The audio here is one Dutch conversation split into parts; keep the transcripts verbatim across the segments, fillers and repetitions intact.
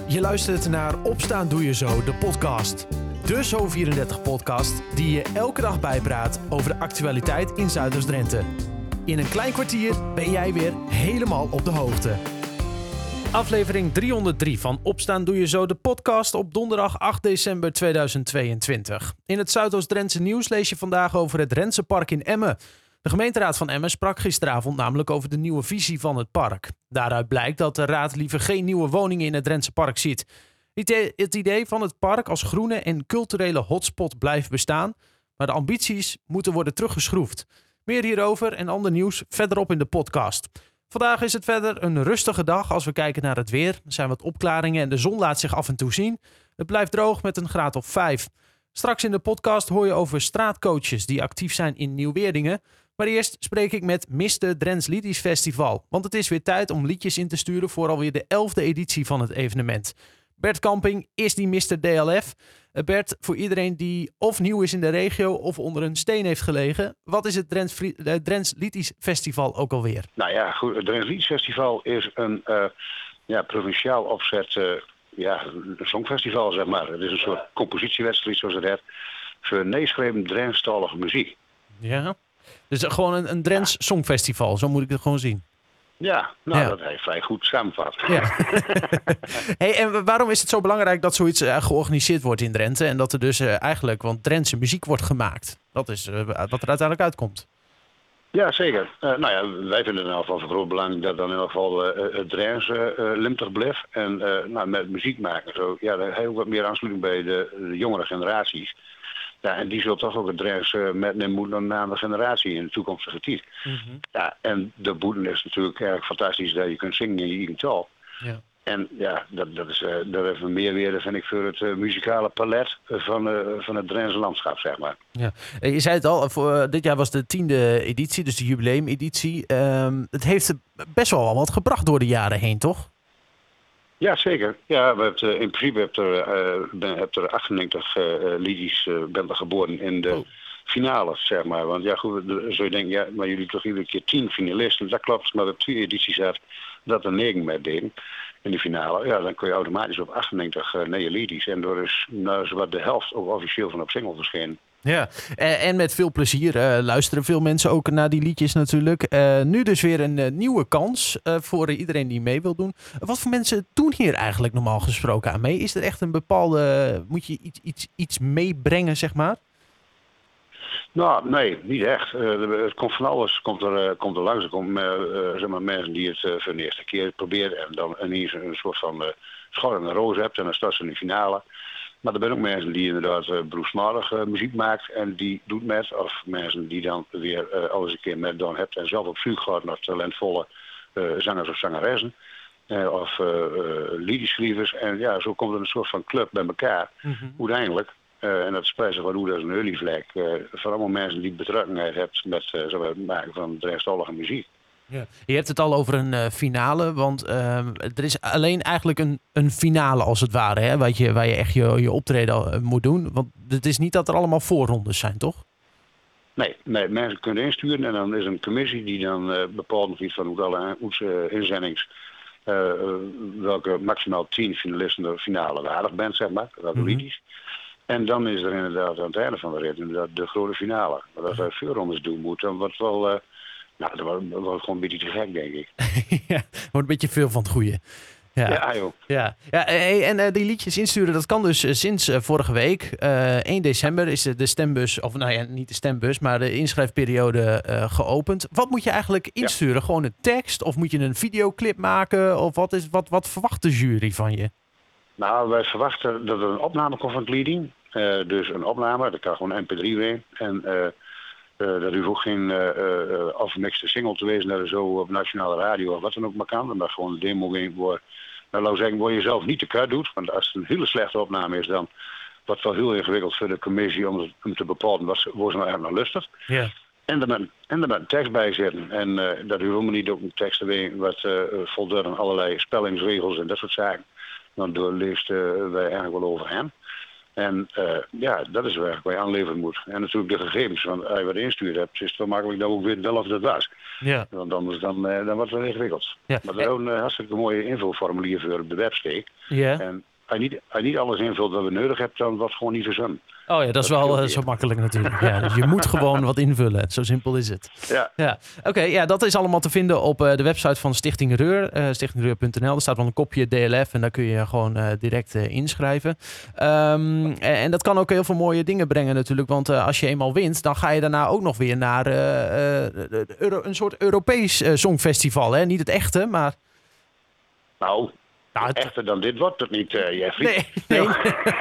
Je luistert naar Opstaan Doe Je Zo, de podcast. De Zo vierendertig podcast die je elke dag bijpraat over de actualiteit in Zuidoost-Drenthe. In een klein kwartier ben jij weer helemaal op de hoogte. Aflevering driehonderddrie van Opstaan Doe Je Zo, de podcast op donderdag acht december tweeduizend tweeëntwintig. In het Zuidoost-Drentse nieuws lees je vandaag over het Rentsepark in Emmen. De gemeenteraad van Emmen sprak gisteravond namelijk over de nieuwe visie van het park. Daaruit blijkt dat de raad liever geen nieuwe woningen in het Rentsepark ziet. Het idee van het park als groene en culturele hotspot blijft bestaan, maar de ambities moeten worden teruggeschroefd. Meer hierover en ander nieuws verderop in de podcast. Vandaag is het verder een rustige dag als we kijken naar het weer. Er zijn wat opklaringen en de zon laat zich af en toe zien. Het blijft droog met een graad of vijf. Straks in de podcast hoor je over straatcoaches die actief zijn in Nieuw-Weerdingen. Maar eerst spreek ik met mister Drents Liedjes Festival. Want het is weer tijd om liedjes in te sturen voor alweer de elfde editie van het evenement. Bert Kamping is die mister D L F. Uh, Bert, voor iedereen die of nieuw is in de regio of onder een steen heeft gelegen. Wat is het Drents, uh, Drents Liedjes Festival ook alweer? Nou ja, goed, het Drents Liedjes Festival is een uh, ja, provinciaal opzet, uh, ja, een songfestival zeg maar. Het is een soort compositiewedstrijd zoals het heet, voor neergeschreven Drentstalige muziek. Ja, dus gewoon een, een Drents ja. Songfestival, zo moet ik het gewoon zien. Ja, nou ja. dat heeft vrij goed samenvat. Ja. Hey, en waarom is het zo belangrijk dat zoiets uh, georganiseerd wordt in Drenthe en dat er dus uh, eigenlijk, want Drentse muziek wordt gemaakt. Dat is uh, wat er uiteindelijk uitkomt. Ja, zeker. Uh, nou ja, wij vinden het in ieder geval van groot belang dat dan in ieder geval uh, het Drentse uh, limtig blijft. En uh, nou, met muziek maken zo, ja, daar heel wat meer aansluiting bij de, de jongere generaties. Ja, en die zullen toch ook het Drents uh, metnemen moeten naar de generatie in de toekomstige tijd. Mm-hmm. Ja, en de boeten is natuurlijk erg fantastisch dat je kunt zingen in je eigen taal. Ja. En ja, dat, dat is uh, dat heeft een meerwaarde, vind ik, voor het uh, muzikale palet van, uh, van het Drentse landschap, zeg maar. Ja. Je zei het al, voor, uh, dit jaar was de tiende editie, dus de jubileumeditie. Um, het heeft best wel wat gebracht door de jaren heen, toch? Ja, zeker. Ja, we hebben, uh, in principe heb er, uh, ben, heb er achtennegentig uh, liedjes uh, ben er geboren in de oh. finale, zeg maar. Want ja, goed, zo je denkt, ja, maar jullie toch iedere keer tien finalisten. Dat klopt, maar we hebben twee edities had dat er negen mee deden in de finale. Ja, dan kun je automatisch op achtennegentig uh, nieuwe liedjes. En door is nou zowat de helft ook officieel van op single verschenen. Ja, en met veel plezier uh, luisteren veel mensen ook naar die liedjes natuurlijk. Uh, nu dus weer een uh, nieuwe kans uh, voor iedereen die mee wil doen. Wat voor mensen doen hier eigenlijk normaal gesproken aan mee? Is er echt een bepaalde, moet je iets, iets, iets meebrengen, zeg maar? Nou, nee, niet echt. Uh, het komt van alles, komt er, uh, komt er langs. Er komen uh, zeg maar, mensen die het uh, voor de eerste keer proberen en dan en hier een soort van uh, schor en een roos hebt en dan staat ze in de finale. Maar er zijn ook mensen die inderdaad uh, beroepsmatig uh, muziek maakt en die doet met. Of mensen die dan weer uh, alles een keer met dan hebt en zelf op zoek gaat naar talentvolle uh, zangers of zangeressen. Uh, of uh, uh, liedjeschrijvers. En ja, zo komt er een soort van club bij elkaar. Mm-hmm. Uiteindelijk. Uh, en dat spijt zich wel hoe dat is een olievlek. Uh, voor allemaal mensen die betrokkenheid hebben met uh, zo het maken van Drentstalige muziek. Ja. Je hebt het al over een uh, finale, want uh, er is alleen eigenlijk een, een finale als het ware, hè, wat je, waar je echt je, je optreden uh, moet doen. Want het is niet dat er allemaal voorrondes zijn, toch? Nee, nee, mensen kunnen insturen en dan is een commissie die dan uh, bepaalt of iets van hoe alle uh, inzendings, uh, uh, welke maximaal tien finalisten de finale waardig bent, zeg maar, dat mm-hmm. liedjes. En dan is er inderdaad aan het einde van de rit inderdaad de grote finale. Maar als wij veel rondes doen moeten, dan wordt wel... Uh, Nou, dat wordt, dat wordt gewoon een beetje te gek, denk ik. Ja, wordt een beetje veel van het goede. Ja, ja joh. Ja. Ja, en uh, die liedjes insturen, dat kan dus uh, sinds uh, vorige week. Uh, één december is de stembus, of nou ja, niet de stembus, maar de inschrijfperiode uh, geopend. Wat moet je eigenlijk insturen? Ja. Gewoon een tekst? Of moet je een videoclip maken? Of wat, is, wat, wat verwacht de jury van je? Nou, wij verwachten dat er een opname komt van het lieding. Uh, dus een opname, dat kan gewoon M P drie weer. En... Uh, Uh, dat hoeft ook geen uh, uh, afgemixte single te wezen dat er zo op nationale radio of wat dan ook maar kan. Maar gewoon een demo waar, nou, laat ik zeggen, waar je zelf niet te kut doet. Want als het een hele slechte opname is, dan wordt het wel heel ingewikkeld voor de commissie om, om te bepalen wat ze, waar ze nou eigenlijk naar lustig. Yeah. En er met, en er met een tekst bij zitten. En uh, dat hoeft helemaal niet ook een tekst te zijn wat uh, voldoet aan allerlei spellingsregels en dat soort zaken. Dan doorleest uh, wij eigenlijk wel over hem. En uh, ja, dat is eigenlijk waar je aanleveren moet. En natuurlijk de gegevens, want als je wat instuurd hebt, is het wel makkelijk dat ook weer wel of dat was. Ja. Want anders dan, uh, dan wordt het wel ingewikkeld. Ja. Maar er is ook een uh, hartstikke mooie invulformulier voor op de websteek. Ja. En als je niet, als je niet alles invult wat we nodig hebben, dan wordt het gewoon niet verzonnen. Oh ja, dat, dat is wel uh, zo makkelijk natuurlijk. Ja, dus je moet gewoon wat invullen. Zo simpel is het. Ja. ja. Oké, okay, ja, dat is allemaal te vinden op uh, de website van Stichting Reur. Uh, stichting reur punt n l. Er staat wel een kopje D L F en daar kun je gewoon uh, direct uh, inschrijven. Um, en dat kan ook heel veel mooie dingen brengen natuurlijk. Want uh, als je eenmaal wint, dan ga je daarna ook nog weer naar uh, uh, Euro, een soort Europees uh, songfestival. Hè? Niet het echte, maar... Nou... Nou, het... Echter dan dit wordt het niet, uh, Jeffrey. Nee, nee.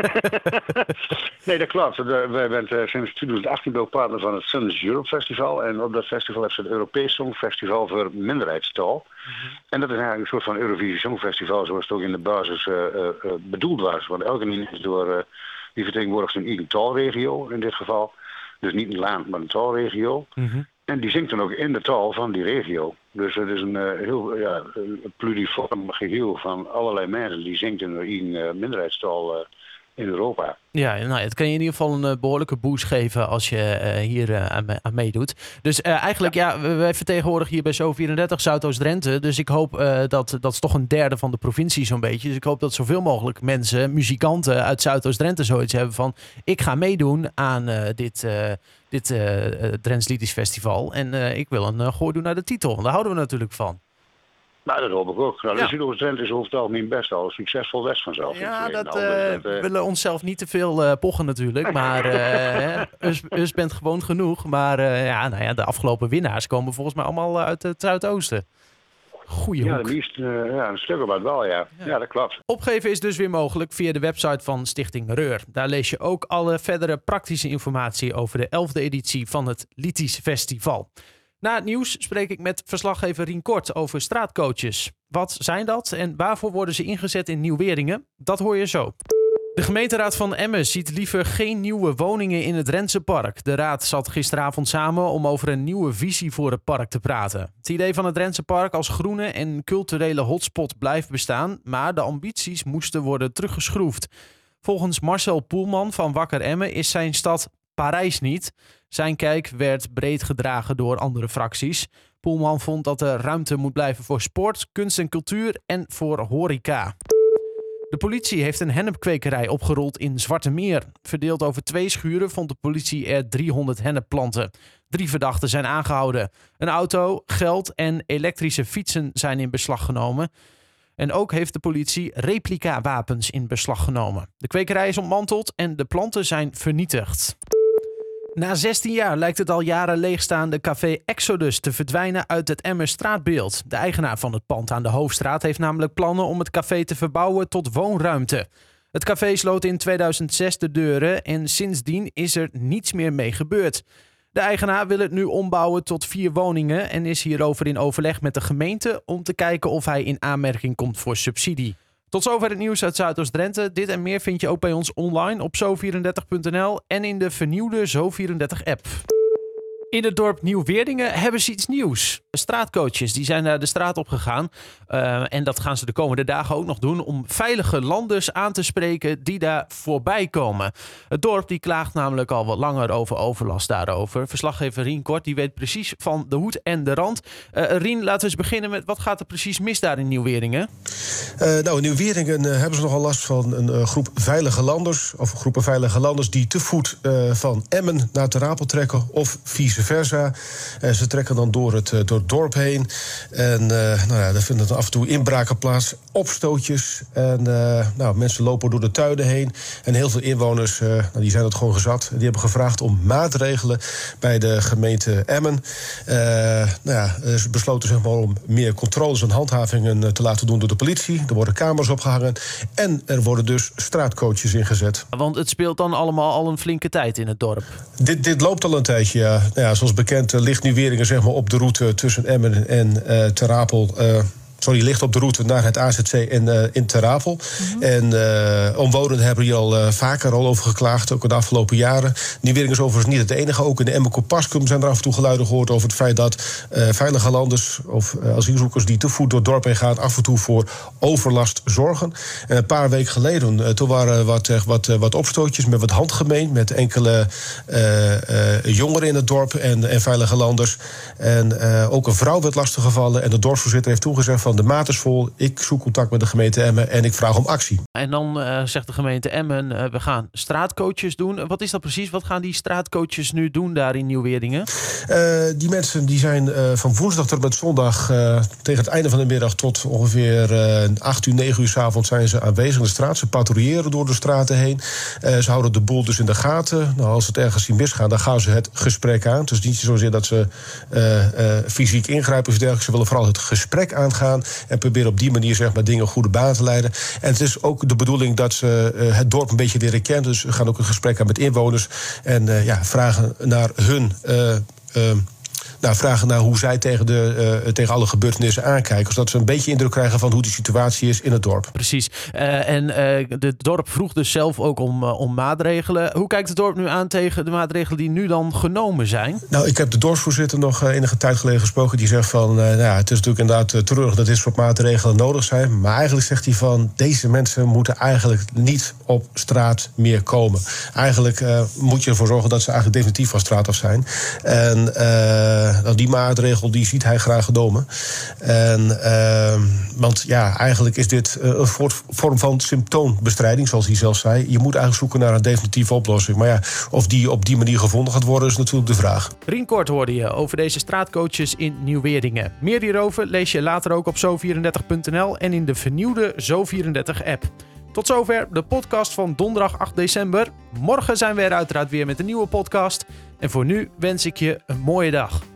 nee, dat klopt. Wij zijn uh, sinds twintig achttien ook partner van het Suns Europe Festival. En op dat festival hebben ze het Europees Songfestival voor minderheidstaal. Mm-hmm. En dat is eigenlijk een soort van Eurovisie Songfestival zoals het ook in de basis uh, uh, uh, bedoeld was. Want elke linie is door, uh, die vertegenwoordigt een eigen taalregio in dit geval. Dus niet een land, maar een taalregio. Mm-hmm. En die zingt dan ook in de taal van die regio. Dus het is een uh, heel ja, een pluriform geheel van allerlei mensen die zingt in een uh, minderheidstaal uh, in Europa. Ja, nou, het kan je in ieder geval een uh, behoorlijke boost geven als je uh, hier uh, aan, aan meedoet. Dus uh, eigenlijk, ja, ja wij vertegenwoordigen hier bij Zo vierendertig Zuidoost-Drenthe. Dus ik hoop uh, dat, dat is toch een derde van de provincie zo'n beetje. Dus ik hoop dat zoveel mogelijk mensen, muzikanten uit Zuidoost-Drenthe zoiets hebben van... ik ga meedoen aan uh, dit... Uh, dit uh, Drents Liedjes Festival. En uh, ik wil een uh, gooi doen naar de titel. Want daar houden we natuurlijk van. Nou, dat hoop ik ook. Nou, ja. De Zuidoost-Drenthe is over het algemeen best al succesvol west vanzelf. Ja, dat, uh, dat uh... we willen onszelf niet te veel uh, pochen natuurlijk. Maar uh, us, us bent gewoon genoeg. Maar uh, ja, nou ja, de afgelopen winnaars komen volgens mij allemaal uit het Zuidoosten. Goeie ja, hoek. De meest, uh, ja, een stuk wat wel, ja. ja. Ja, dat klopt. Opgeven is dus weer mogelijk via de website van Stichting Reur. Daar lees je ook alle verdere praktische informatie over de elfde editie van het Liedjes Festival. Na het nieuws spreek ik met verslaggever Rien Kort over straatcoaches. Wat zijn dat en waarvoor worden ze ingezet in Nieuw-Weringen? Dat hoor je zo. De gemeenteraad van Emmen ziet liever geen nieuwe woningen in het Drentse park. De raad zat gisteravond samen om over een nieuwe visie voor het park te praten. Het idee van het Drentse park als groene en culturele hotspot blijft bestaan, maar de ambities moesten worden teruggeschroefd. Volgens Marcel Poelman van Wakker Emmen is zijn stad Parijs niet. Zijn kijk werd breed gedragen door andere fracties. Poelman vond dat er ruimte moet blijven voor sport, kunst en cultuur en voor horeca. De politie heeft een hennepkwekerij opgerold in Zwarte Meer. Verdeeld over twee schuren vond de politie er driehonderd hennepplanten. Drie verdachten zijn aangehouden. Een auto, geld en elektrische fietsen zijn in beslag genomen. En ook heeft de politie replica-wapens in beslag genomen. De kwekerij is ontmanteld en de planten zijn vernietigd. Na zestien jaar lijkt het al jaren leegstaande café Exodus te verdwijnen uit het Emmer straatbeeld. De eigenaar van het pand aan de Hoofdstraat heeft namelijk plannen om het café te verbouwen tot woonruimte. Het café sloot in tweeduizend zes de deuren en sindsdien is er niets meer mee gebeurd. De eigenaar wil het nu ombouwen tot vier woningen en is hierover in overleg met de gemeente om te kijken of hij in aanmerking komt voor subsidie. Tot zover het nieuws uit Zuidoost-Drenthe. Dit en meer vind je ook bij ons online op zo vierendertig punt n l en in de vernieuwde Zo vierendertig app. In het dorp Nieuw-Weeringen hebben ze iets nieuws. Straatcoaches die zijn naar de straat op gegaan. Uh, en dat gaan ze de komende dagen ook nog doen om veilige landers aan te spreken die daar voorbij komen. Het dorp die klaagt namelijk al wat langer over overlast daarover. Verslaggever Rien Kort die weet precies van de hoed en de rand. Uh, Rien, laten we eens beginnen met wat gaat er precies mis daar in Nieuw-Weeringen? Uh, nou, in Nieuw-Weeringen uh, hebben ze nogal last van een uh, groep veilige landers. Of groepen veilige landers die te voet uh, van Emmen naar Ter Apel trekken of vice versa. Uh, ze trekken dan door het, uh, door het dorp heen. En uh, nou ja, daar vinden dan af en toe inbraken plaats, opstootjes. En uh, nou, mensen lopen door de tuinen heen. En heel veel inwoners uh, nou, die zijn het gewoon gezat. Die hebben gevraagd om maatregelen bij de gemeente Emmen. Uh, nou ja, er is besloten zeg maar, om meer controles en handhavingen te laten doen door de politie. Er worden kamers opgehangen. En er worden dus straatcoaches ingezet. Want het speelt dan allemaal al een flinke tijd in het dorp. Dit, dit loopt al een tijdje, ja. Nou ja, zoals bekend uh, ligt Nieuw-Weeringen zeg maar, op de route tussen Emmen en uh, Ter Apel. Uh, Sorry, ligt op de route naar het A Z C in, uh, in Ter Apel. Mm-hmm. En uh, omwonenden hebben hier al uh, vaker al over geklaagd, ook in de afgelopen jaren. Nieuwering is overigens niet het enige. Ook in de Emmen-Kopaskum zijn er af en toe geluiden gehoord over het feit dat uh, veilige landers of uh, asielzoekers die te voet door het dorp heen gaan af en toe voor overlast zorgen. En een paar weken geleden, uh, toen waren wat, uh, wat, uh, wat opstootjes met wat handgemeen, met enkele uh, uh, jongeren in het dorp en, en veilige landers. En uh, ook een vrouw werd lastiggevallen en de dorpsvoorzitter heeft toegezegd van de maat is vol, ik zoek contact met de gemeente Emmen en ik vraag om actie. En dan uh, zegt de gemeente Emmen, uh, we gaan straatcoaches doen. Wat is dat precies? Wat gaan die straatcoaches nu doen daar in Nieuw-Weeringen? Uh, die mensen die zijn uh, van woensdag tot en met zondag uh, tegen het einde van de middag tot ongeveer uh, acht uur, negen uur 's avonds zijn ze aanwezig in de straat. Ze patrouilleren door de straten heen. Uh, ze houden de boel dus in de gaten. Nou, als het ergens zien misgaan, dan gaan ze het gesprek aan. Dus niet zozeer dat ze uh, uh, fysiek ingrijpen of dergelijke. Ze willen vooral het gesprek aangaan en proberen op die manier zeg maar, dingen goede baan te leiden. En het is ook de bedoeling dat ze uh, het dorp een beetje leren kennen. Dus we gaan ook een gesprek aan met inwoners en uh, ja, vragen naar hun Uh, uh, Nou, vragen naar hoe zij tegen, de, uh, tegen alle gebeurtenissen aankijken. Zodat ze een beetje indruk krijgen van hoe de situatie is in het dorp. Precies. Uh, en uh, het dorp vroeg dus zelf ook om, uh, om maatregelen. Hoe kijkt het dorp nu aan tegen de maatregelen die nu dan genomen zijn? Nou, ik heb de dorpsvoorzitter nog uh, enige tijd geleden gesproken. Die zegt van, uh, nou ja, het is natuurlijk inderdaad uh, treurig dat dit soort maatregelen nodig zijn. Maar eigenlijk zegt hij van, deze mensen moeten eigenlijk niet op straat meer komen. Eigenlijk uh, moet je ervoor zorgen dat ze eigenlijk definitief van straat af zijn. En Uh, Nou, die maatregel die ziet hij graag genomen. En, uh, want ja, eigenlijk is dit uh, een vorm van symptoombestrijding, zoals hij zelf zei. Je moet eigenlijk zoeken naar een definitieve oplossing. Maar ja, of die op die manier gevonden gaat worden, is natuurlijk de vraag. Rien Kort hoorde je over deze straatcoaches in Nieuw-Weeringen. Meer hierover lees je later ook op zo vierendertig punt n l en in de vernieuwde zo vierendertig app. Tot zover de podcast van donderdag acht december. Morgen zijn we er uiteraard weer met een nieuwe podcast. En voor nu wens ik je een mooie dag.